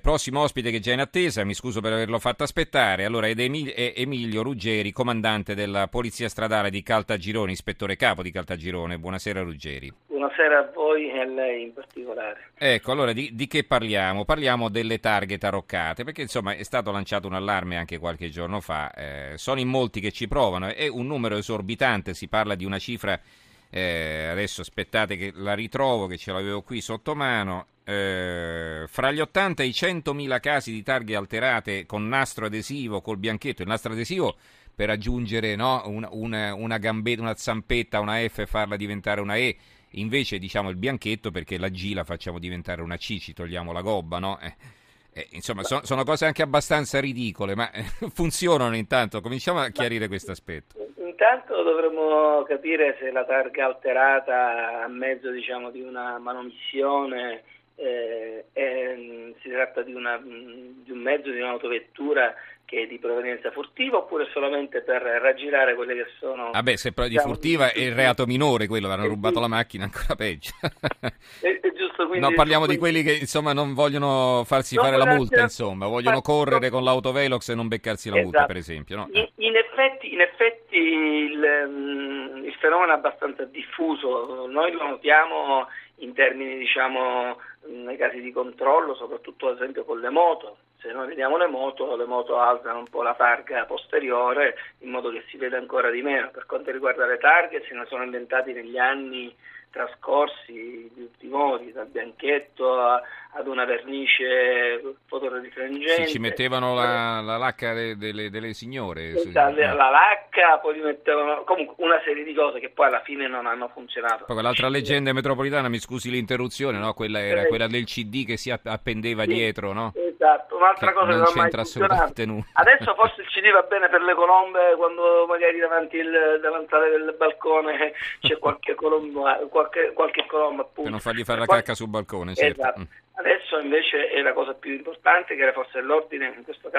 prossimo ospite che è già in attesa, mi scuso per averlo fatto aspettare, allora è Emilio Ruggeri, comandante della Polizia Stradale di Caltagirone, ispettore capo di Caltagirone. Buonasera Ruggeri. Buonasera a voi e a lei in particolare. Ecco, allora di che parliamo? Parliamo delle targhe taroccate, perché insomma è stato lanciato un allarme anche qualche giorno fa, sono in molti che ci provano, è un numero esorbitante, si parla di una cifra, adesso aspettate che la ritrovo, che ce l'avevo qui sotto mano, fra gli 80 e i 100.000 casi di targhe alterate con nastro adesivo, col bianchetto, il nastro adesivo per aggiungere una gambetta, una zampetta, una F e farla diventare una E. Invece diciamo il bianchetto perché la G la facciamo diventare una C, ci togliamo la gobba, no? Insomma, sono cose anche abbastanza ridicole, ma funzionano intanto. Cominciamo a chiarire questo aspetto. Intanto dovremmo capire se la targa alterata a mezzo, diciamo, di una manomissione si tratta di un mezzo, di un'autovettura che è di provenienza furtiva oppure solamente per raggirare quelle che sono... Vabbè, se però di furtiva è il reato minore, quello, hanno rubato la macchina, ancora peggio. È giusto, quindi, no, parliamo di quelli che insomma non vogliono farsi fare la multa, insomma, vogliono correre con l'autovelox e non beccarsi la multa, per esempio. No? In effetti il fenomeno è abbastanza diffuso, noi lo notiamo in termini, diciamo, nei casi di controllo, soprattutto ad esempio con le moto. Se noi vediamo le moto alzano un po' la targa posteriore in modo che si veda ancora di meno. Per quanto riguarda le targhe, se ne sono inventati negli anni trascorsi di tutti i modi, dal bianchetto ad una vernice fotoriflettente. Sì, ci mettevano la lacca delle signore. La lacca, poi li mettevano comunque una serie di cose che poi alla fine non hanno funzionato. Poi l'altra leggenda metropolitana, mi scusi l'interruzione, no? Quella era quella del CD che si appendeva dietro, no? Esatto, un'altra cosa che non c'entra assolutamente nulla. Adesso forse il CD va bene per le colombe, quando magari davanzale del balcone c'è qualche colomba, appunto. Per non fargli fare la cacca sul balcone, certo. Esatto. Adesso invece è la cosa più importante, che era forse l'ordine, in questo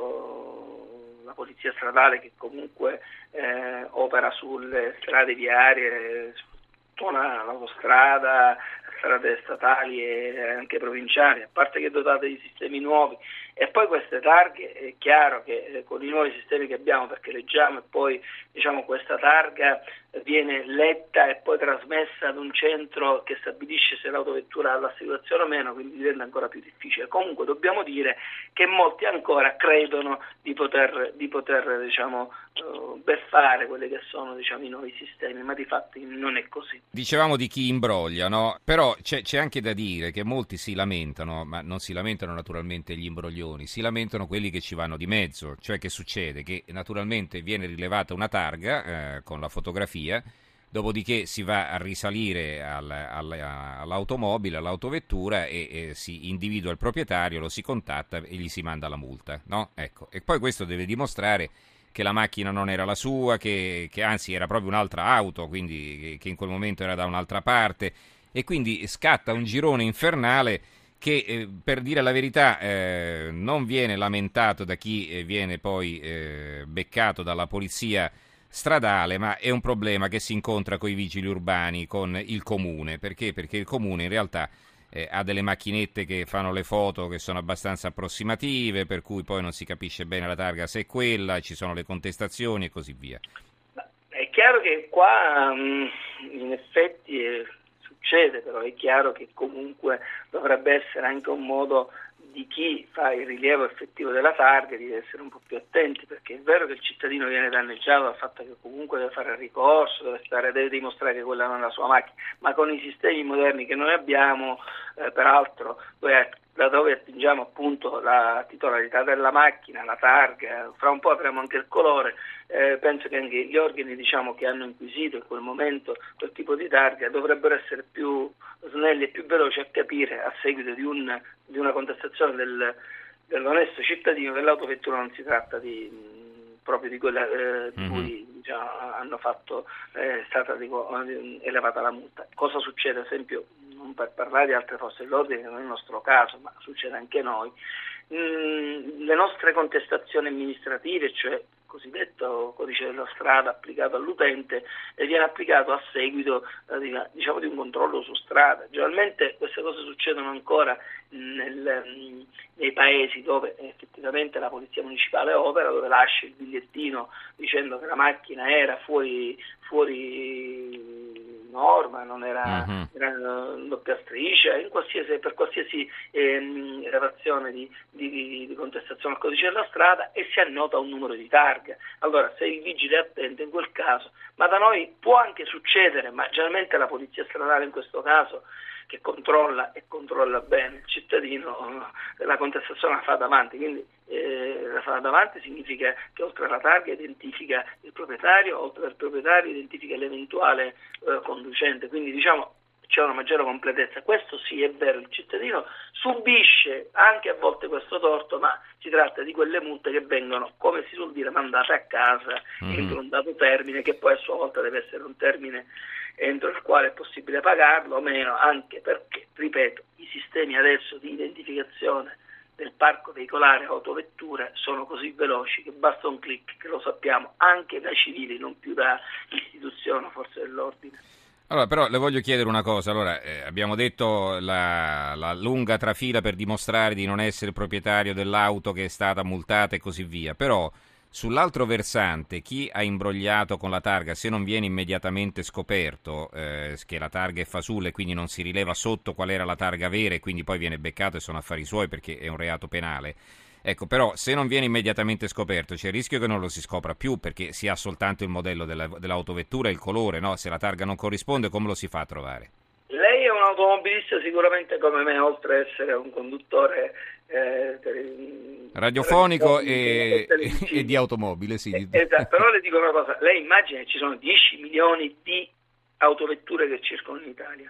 caso la polizia stradale che comunque opera sulle strade viarie, suona l'autostrada, strade statali e anche provinciali, a parte che dotate di sistemi nuovi. E poi queste targhe, è chiaro che con i nuovi sistemi che abbiamo, perché leggiamo e poi diciamo questa targa viene letta e poi trasmessa ad un centro che stabilisce se l'autovettura ha l'assicurazione o meno, quindi diventa ancora più difficile. Comunque dobbiamo dire che molti ancora credono di poter diciamo beffare quelli che sono, diciamo, i nuovi sistemi, ma di fatti non è così. Dicevamo di chi imbroglia, no? Però c'è anche da dire che molti si lamentano, ma non si lamentano naturalmente gli imbroglioni, si lamentano quelli che ci vanno di mezzo. Cioè, che succede? Che naturalmente viene rilevata una targa con la fotografia, dopodiché si va a risalire all'automobile, all'autovettura e si individua il proprietario, lo si contatta e gli si manda la multa, no? Ecco. E poi questo deve dimostrare che la macchina non era la sua, che anzi era proprio un'altra auto, quindi che in quel momento era da un'altra parte, e quindi scatta un girone infernale che per dire la verità non viene lamentato da chi viene poi beccato dalla polizia stradale, ma è un problema che si incontra con i vigili urbani, con il comune. Perché? Perché il comune in realtà ha delle macchinette che fanno le foto che sono abbastanza approssimative, per cui poi non si capisce bene la targa se è quella, ci sono le contestazioni e così via. È chiaro che qua in effetti succede, però è chiaro che comunque dovrebbe essere anche un modo di chi fa il rilievo effettivo della targa di essere un po' più attenti, perché è vero che il cittadino viene danneggiato dal fatto che comunque deve fare il ricorso, deve dimostrare che quella non è la sua macchina, ma con i sistemi moderni che noi abbiamo, peraltro da dove attingiamo appunto la titolarità della macchina, la targa, fra un po' avremo anche il colore, penso che anche gli organi, diciamo, che hanno inquisito in quel momento quel tipo di targa dovrebbero essere più snelli e più veloci a capire, a seguito di una contestazione dell'onesto cittadino, che l'autovettura non si tratta proprio di quella di cui hanno fatto, è stata elevata la multa. Cosa succede, ad esempio, non per parlare di altre forze dell'ordine, che non è il nostro caso, ma succede anche a noi, le nostre contestazioni amministrative, cioè cosiddetto codice della strada applicato all'utente e viene applicato a seguito diciamo di un controllo su strada. Generalmente queste cose succedono ancora nei paesi dove effettivamente la polizia municipale opera, dove lascia il bigliettino dicendo che la macchina era fuori norma, non era, era doppia striscia, per qualsiasi relazione di contestazione al codice della strada, e si annota un numero di targa. Allora, se il vigile è attento in quel caso, ma da noi può anche succedere, ma generalmente la polizia stradale in questo caso, che controlla e controlla bene il cittadino, la contestazione la fa davanti, quindi la fa davanti significa che oltre alla targa identifica il proprietario, oltre al proprietario identifica l'eventuale conducente, quindi diciamo c'è una maggiore completezza. Questo sì, è vero, il cittadino subisce anche a volte questo torto, ma si tratta di quelle multe che vengono, come si suol dire, mandate a casa entro un dato termine, che poi a sua volta deve essere un termine entro il quale è possibile pagarlo o meno, anche perché, ripeto, i sistemi adesso di identificazione del parco veicolare autovetture sono così veloci che basta un click, che lo sappiamo anche da civili, non più da istituzione, forze dell'ordine. Allora, però le voglio chiedere una cosa. Allora, abbiamo detto la lunga trafila per dimostrare di non essere proprietario dell'auto che è stata multata e così via, però sull'altro versante, chi ha imbrogliato con la targa, se non viene immediatamente scoperto che la targa è fasulla e quindi non si rileva sotto qual era la targa vera e quindi poi viene beccato e sono affari suoi perché è un reato penale. Ecco, però se non viene immediatamente scoperto c'è il rischio che non lo si scopra più perché si ha soltanto il modello dell'autovettura e il colore, no? Se la targa non corrisponde, come lo si fa a trovare? Lei è un automobilista sicuramente come me, oltre ad essere un conduttore radiofonico e di automobile, sì. Esatto, però le dico una cosa, lei immagina che ci sono 10 milioni di autovetture che circolano in Italia.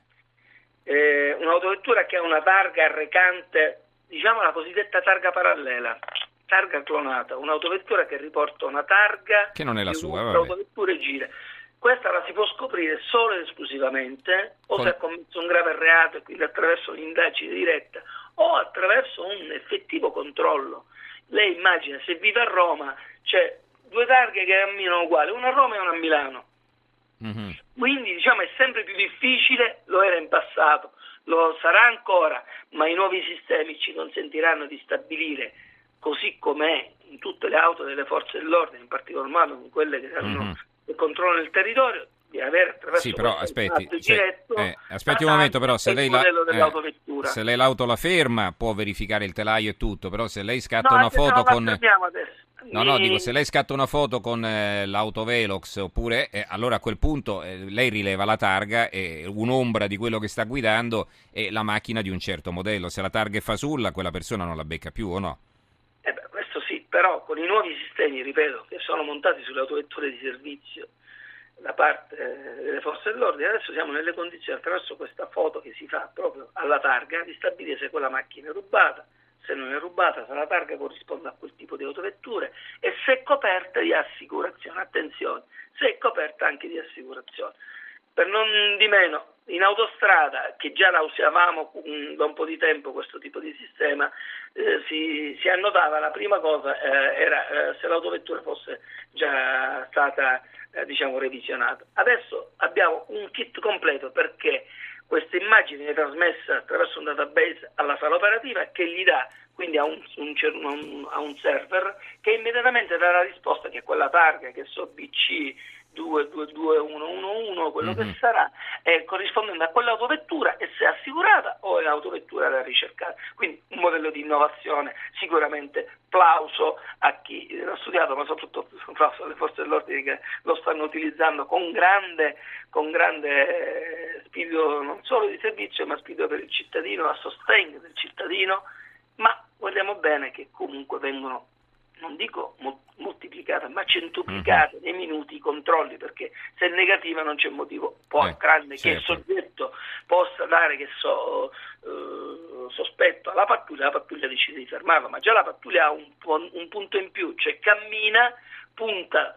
Un'autovettura che ha una targa recante, diciamo la cosiddetta targa parallela, targa clonata, un'autovettura che riporta una targa che non è la sua, vabbè. L'autovettura gira. Questa la si può scoprire solo ed esclusivamente o se ha commesso un grave reato e quindi attraverso un'indagine diretta o attraverso un effettivo controllo. Lei immagina, se vive a Roma, c'è due targhe che camminano uguali, una a Roma e una a Milano. Quindi diciamo è sempre più difficile, lo era in passato, lo sarà ancora, ma i nuovi sistemi ci consentiranno di stabilire, così com'è in tutte le auto delle forze dell'ordine, in particolar modo in quelle che controllano il territorio, di avere attraverso aspetti un momento, però se lei l'auto la ferma può verificare il telaio e tutto, però se lei scatta una foto con dico, se lei scatta una foto con l'autovelox oppure allora a quel punto lei rileva la targa e un'ombra di quello che sta guidando e la macchina di un certo modello. Se la targa è fasulla, quella persona non la becca più, o no? Questo sì, però con i nuovi sistemi, ripeto, che sono montati sulle autovetture di servizio da parte delle forze dell'ordine, adesso siamo nelle condizioni, attraverso questa foto che si fa proprio alla targa, di stabilire se quella macchina è rubata, se non è rubata, se la targa corrisponde a quel tipo di autovetture e se è coperta di assicurazione. Attenzione, se è coperta anche di assicurazione. Per non di meno, in autostrada, che già la usavamo da un po' di tempo questo tipo di sistema, si annotava, la prima cosa era se l'autovettura fosse già stata revisionata. Adesso abbiamo un kit completo, perché questa immagine è trasmessa attraverso un database alla sala operativa che gli dà quindi a un server che immediatamente dà la risposta che quella targa, che so BC 222111, quello che sarà, è corrispondente a quell'autovettura e se è assicurata o è l'autovettura da ricercare. Quindi un modello di innovazione, sicuramente plauso a chi l'ha studiato, ma soprattutto plauso alle forze dell'ordine che lo stanno utilizzando con grande spirito non solo di servizio, ma spirito per il cittadino, a sostegno del cittadino, ma guardiamo bene che comunque vengono, non dico moltiplicate, ma centuplicate nei minuti i controlli, perché se è negativa non c'è motivo, tranne che il soggetto possa dare sospetto alla pattuglia, la pattuglia decide di fermarlo, ma già la pattuglia ha un punto in più, cioè cammina, punta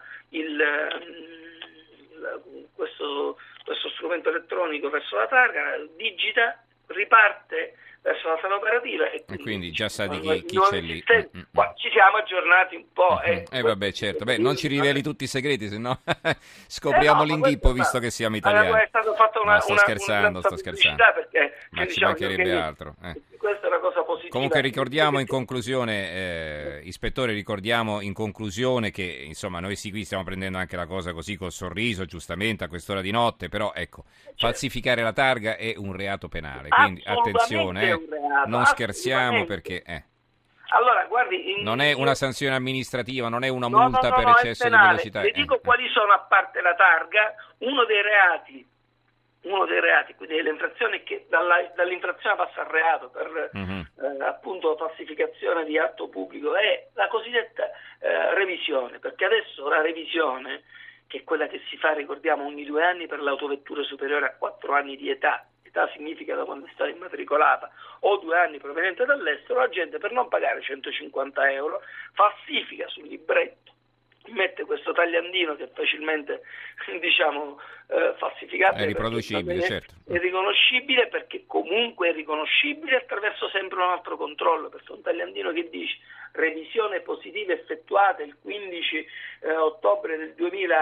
questo strumento elettronico verso la targa, digita riparte verso la sala operativa e quindi già sa di chi non c'è lì. Qua ci siamo aggiornati un po'. Vabbè, certo. Beh, non ci riveli tutti i segreti, se no scopriamo l'inghippo, visto che siamo italiani. È stato fatto sto scherzando. Perché ma ci mancherebbe altro. Questa è una cosa positiva. Comunque ricordiamo in conclusione, ispettore, ricordiamo in conclusione che insomma noi qui stiamo prendendo anche la cosa così col sorriso, giustamente a quest'ora di notte, però ecco, falsificare la targa è un reato penale, quindi attenzione, non scherziamo perché... Allora, guardi, non è una sanzione amministrativa, non è una multa per eccesso di velocità. Le dico quali sono, a parte la targa, uno dei reati, quindi dell'infrazione, è che dall'infrazione passa al reato per appunto falsificazione di atto pubblico, è la cosiddetta revisione, perché adesso la revisione, che è quella che si fa, ricordiamo, ogni 2 anni per l'autovettura superiore a 4 anni di età significa da quando è stata immatricolata, o 2 anni proveniente dall'estero, la gente per non pagare 150 euro falsifica sul libretto, mette questo tagliandino che è facilmente falsificabile, è riproducibile, certo. È riconoscibile, perché comunque è riconoscibile attraverso sempre un altro controllo, perché un tagliandino che dice revisione positiva effettuata il 15 ottobre del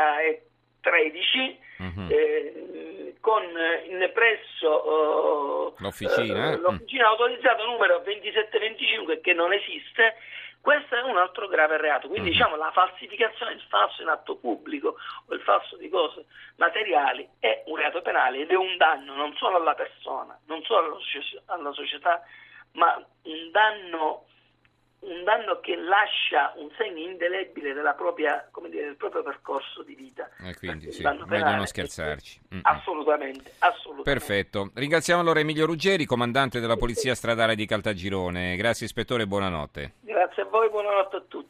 2013 con presso l'officina autorizzata numero 2725, che non esiste. Questo è un altro grave reato, quindi la falsificazione, il falso in atto pubblico o il falso di cose materiali è un reato penale ed è un danno non solo alla persona, non solo alla società, ma un danno che lascia un segno indelebile della propria, del proprio percorso di vita. Quindi sì, meglio non scherzarci. Assolutamente. Perfetto. Ringraziamo allora Emilio Ruggeri, comandante della Polizia Stradale di Caltagirone. Grazie ispettore e buonanotte. Grazie a voi, buonanotte a tutti.